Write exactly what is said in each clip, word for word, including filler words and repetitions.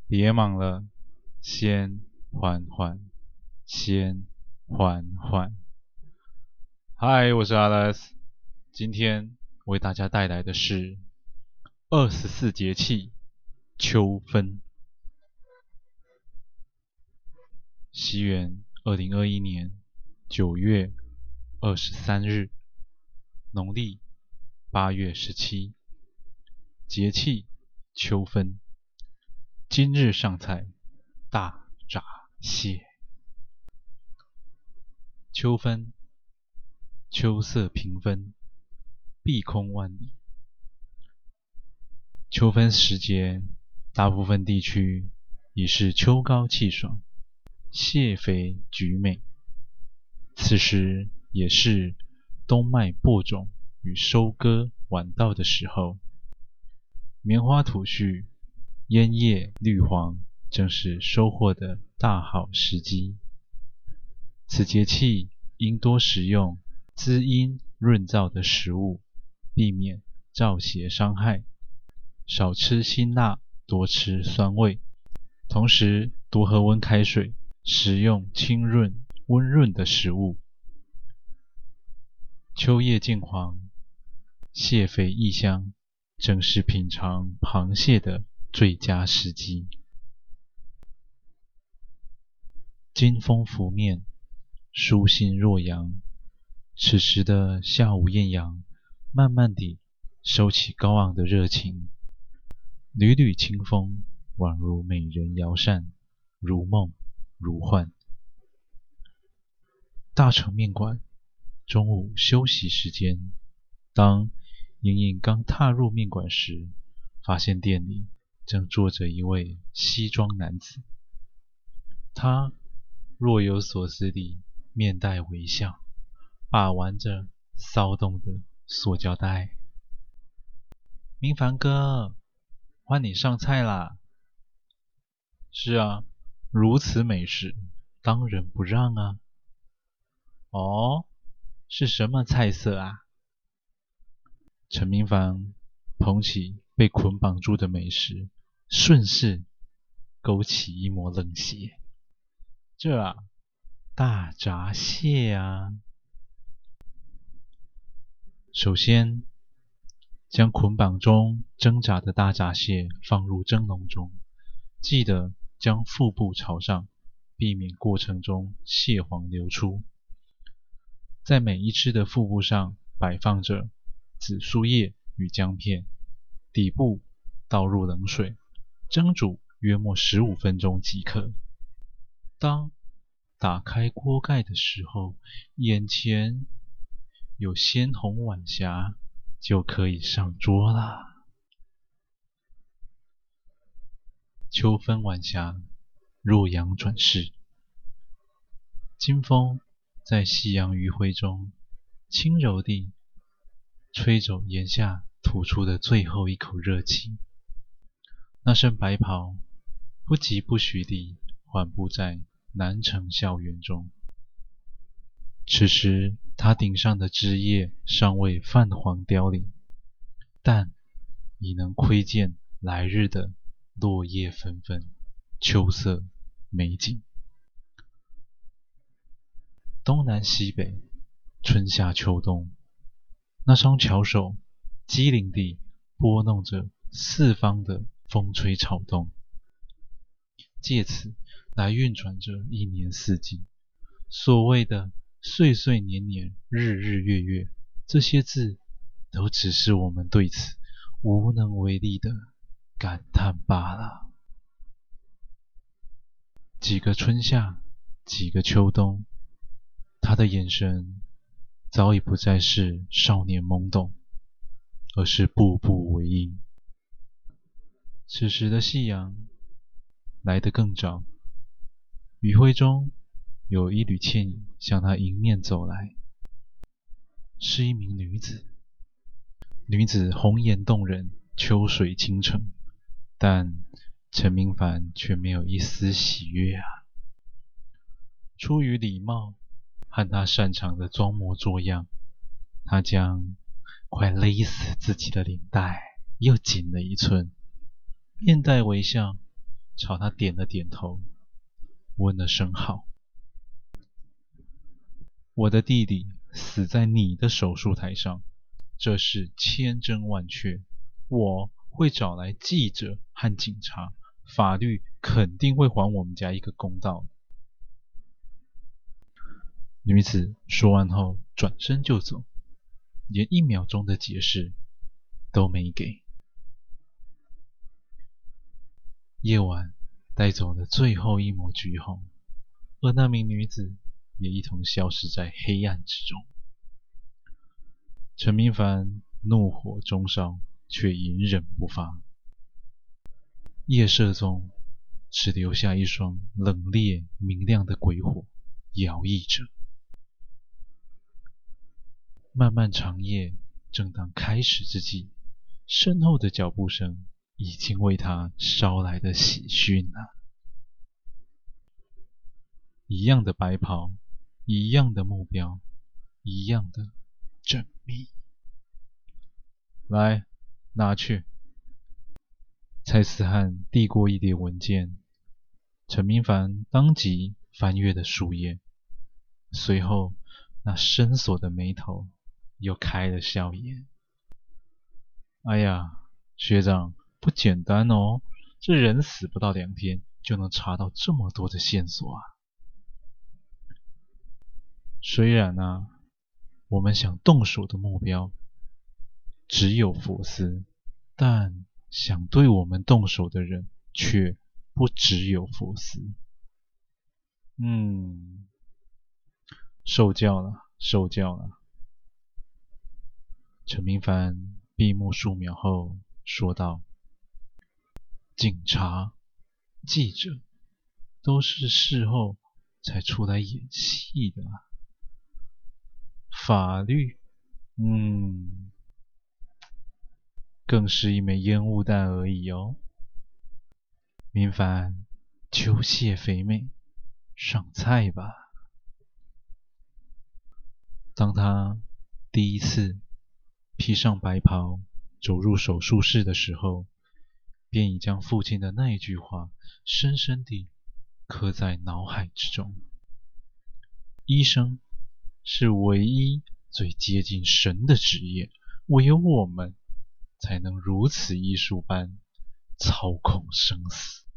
别忙了，先缓缓，先缓缓。嗨，我是 Alex，今天为大家带来的是二十四节气秋分。西元二零二一年九月二十三日，农历八月十七，节气秋分。今日上菜大闸蟹。秋分，秋色平分，碧空万里。秋分时节，大部分地区已是秋高气爽，蟹肥菊美。此时也是冬麦播种与收割晚到的时候，棉花吐絮，烟叶绿黄，正是收获的大好时机。此节气应多食用滋阴润燥的食物，避免燥邪伤害。少吃辛辣，多吃酸味，同时多喝温开水，食用清润温润的食物。秋叶渐黄，蟹肥异香，正是品尝螃蟹的最佳时机。金风拂面，舒心若阳。此时的下午艳阳，慢慢地收起高昂的热情，缕缕清风，宛如美人摇扇，如梦如幻。大成面馆中午休息时间，当莹莹刚踏入面馆时，发现店里正坐着一位西装男子。他若有所思地面带微笑，把玩着骚动的塑胶袋。明凡哥，换你上菜啦。是啊，如此美食，当仁不让啊。哦，是什么菜色啊？陈明凡捧起被捆绑住的美食，顺势勾起一抹冷血。这啊，大闸蟹啊。首先，将捆绑中挣扎的大闸蟹放入蒸笼中，记得将腹部朝上，避免过程中蟹黄流出。在每一只的腹部上摆放着紫苏叶与姜片，底部倒入冷水，蒸煮约莫十五分钟即可。当打开锅盖的时候，眼前有鲜红晚霞，就可以上桌啦。秋分晚霞，若阳转世，金风在夕阳余晖中轻柔地吹走檐下吐出的最后一口热气。那身白袍不疾不徐地缓步在南城校园中。此时他顶上的枝叶尚未泛黄凋零，但已能窥见来日的落叶纷纷，秋色美景。东南西北，春夏秋冬，那双巧手机灵地拨弄着四方的风吹草动，借此来运转着一年四季。所谓的岁岁年年，日日月月，这些字都只是我们对此无能为力的感叹罢了。几个春夏，几个秋冬，他的眼神早已不再是少年懵懂，而是步步为营。此时的夕阳来得更早，余晖中有一缕倩影向他迎面走来，是一名女子。女子红颜动人，秋水倾城，但陈明凡却没有一丝喜悦啊。出于礼貌和他擅长的装模作样，他将快勒死自己的领带又紧了一寸，面带微笑， 朝他点了点头，问了声好。我的弟弟死在你的手术台上，这是千真万确，我会找来记者和警察，法律肯定会还我们家一个公道。女子说完后转身就走，连一秒钟的解释都没给。夜晚带走了最后一抹橘红，而那名女子也一同消失在黑暗之中。陈明凡怒火中烧，却隐忍不发。夜色中只留下一双冷冽明亮的鬼火摇曳着。漫漫长夜正当开始之际，身后的脚步声已经为他捎来了喜讯啊！一样的白袍，一样的目标，一样的缜密。来，拿去。蔡思翰递过一叠文件，陈明凡当即翻阅了书页，随后那深锁的眉头又开了笑颜。哎呀，学长，不简单哦，这人死不到两天就能查到这么多的线索啊！虽然啊，我们想动手的目标只有佛斯，但想对我们动手的人却不只有佛斯。嗯，受教了，受教了。陈明凡闭目数秒后说道：“警察、记者都是事后才出来演戏的啊。法律，嗯，更是一枚烟雾弹而已哦。”明凡，秋蟹肥美，上菜吧。当他第一次披上白袍走入手术室的时候，便已将父亲的那一句话深深地刻在脑海之中。医生是唯一最接近神的职业，唯有我们才能如此艺术般操控生死。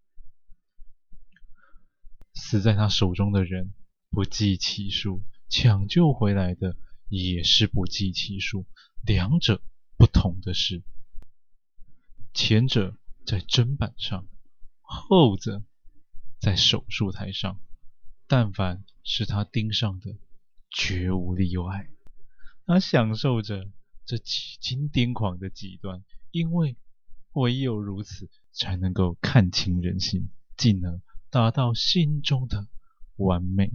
死在他手中的人不计其数，抢救回来的也是不计其数。两者不同的是，前者在砧板上，后者在手术台上，但凡是他盯上的，绝无例外。他享受着这几经癫狂的极端，因为唯有如此，才能够看清人心，进而达到心中的完美。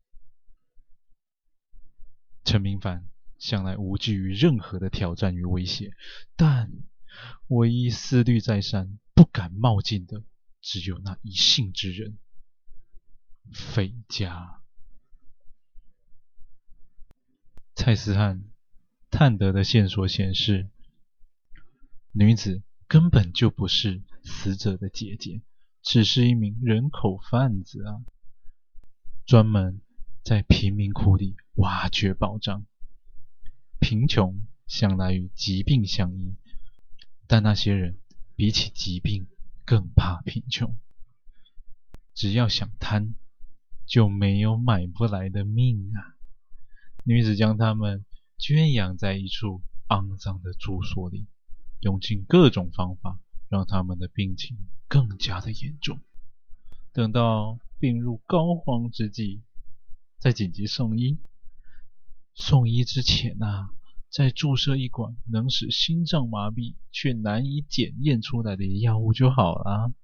陈明凡向来无惧于任何的挑战与威胁，但唯一思虑再三，不敢冒进的，只有那一姓之人——费家。蔡思翰探得的线索显示，女子根本就不是死者的姐姐，只是一名人口贩子啊，专门在贫民窟里挖掘宝藏。贫穷向来与疾病相依，但那些人比起疾病更怕贫穷。只要想贪，就没有买不来的命啊！女子将他们圈养在一处肮脏的住所里，用尽各种方法让他们的病情更加的严重。等到病入膏肓之际，再紧急送医。送医之前啊，再注射一管能使心脏麻痹却难以检验出来的药物就好了。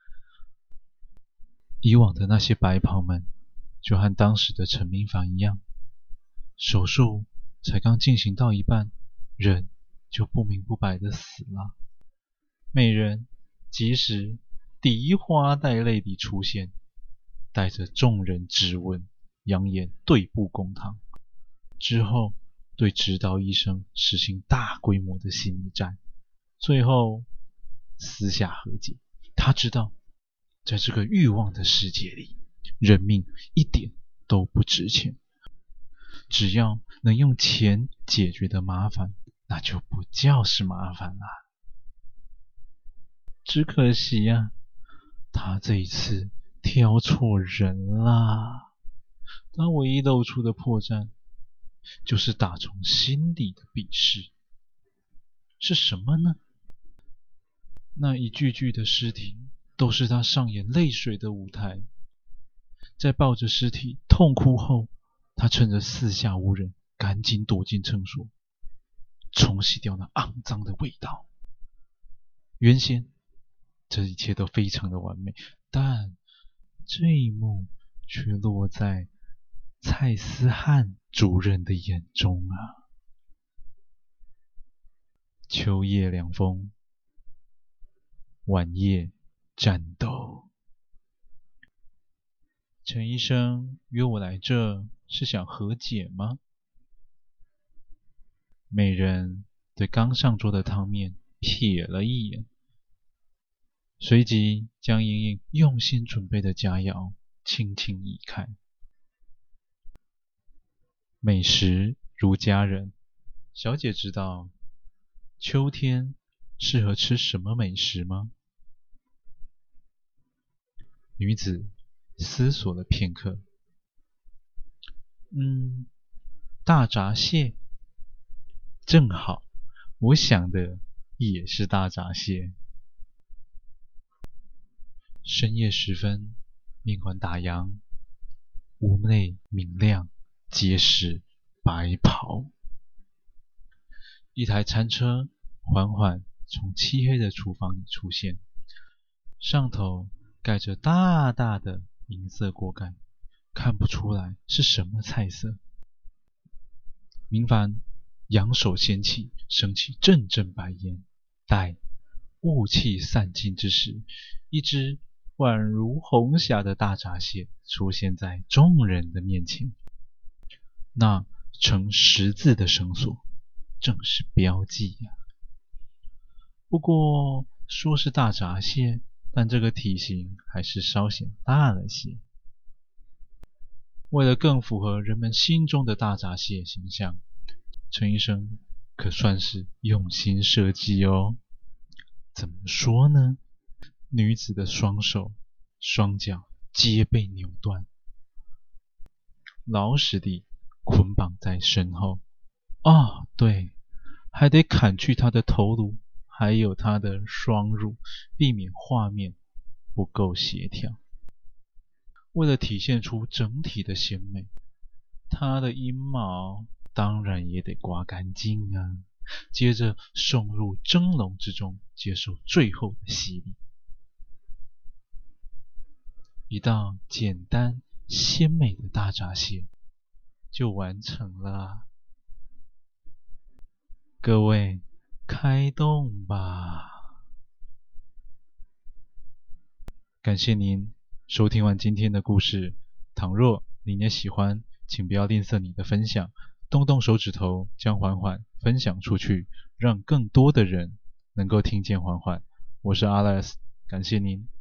以往的那些白袍们就和当时的陈明凡一样，手术才刚进行到一半，人就不明不白的死了。美人即时梨花带泪地出现，带着众人质问，扬言对簿公堂。之后对指导医生实行大规模的心理战，最后私下和解。他知道在这个欲望的世界里，人命一点都不值钱。只要能用钱解决的麻烦，那就不叫是麻烦啦。只可惜呀、啊，他这一次挑错人啦。他唯一露出的破绽，就是打从心底的鄙视。是什么呢？那一具具的尸体，都是他上演泪水的舞台。在抱着尸体痛哭后，他趁着四下无人，赶紧躲进厕所，冲洗掉那肮脏的味道。原先这一切都非常的完美，但这一幕却落在蔡思翰主任的眼中啊。秋夜凉风，晚夜战斗。陈医生约我来这是想和解吗？美人对刚上桌的汤面瞥了一眼，随即将莹莹用心准备的佳肴轻轻移开。美食如家人，小姐知道秋天适合吃什么美食吗？女子思索了片刻，嗯，大闸蟹，正好，我想的也是大闸蟹。深夜时分，面馆打烊，屋内明亮，皆是白袍。一台餐车缓缓从漆黑的厨房里出现，上头盖着大大的银色锅盖，看不出来是什么菜色。明凡扬手掀起，升起阵阵白烟，待雾气散尽之时，一只宛如红霞的大闸蟹出现在众人的面前。那呈十字的绳索正是标记呀、啊。不过说是大闸蟹，但这个体型还是稍显大了些。为了更符合人们心中的大闸蟹形象，陈医生可算是用心设计哦。怎么说呢？女子的双手、双脚皆被扭断，牢实地捆绑在身后。哦，对，还得砍去她的头颅，还有她的双乳，避免画面不够协调。为了体现出整体的鲜美，她的阴毛当然也得刮干净啊，接着送入蒸笼之中，接受最后的洗礼。一道简单鲜美的大闸蟹就完成了。各位，开动吧！感谢您收听完今天的故事。倘若您也喜欢，请不要吝啬你的分享，动动手指头将缓缓分享出去，让更多的人能够听见缓缓。我是 Alex，感谢您。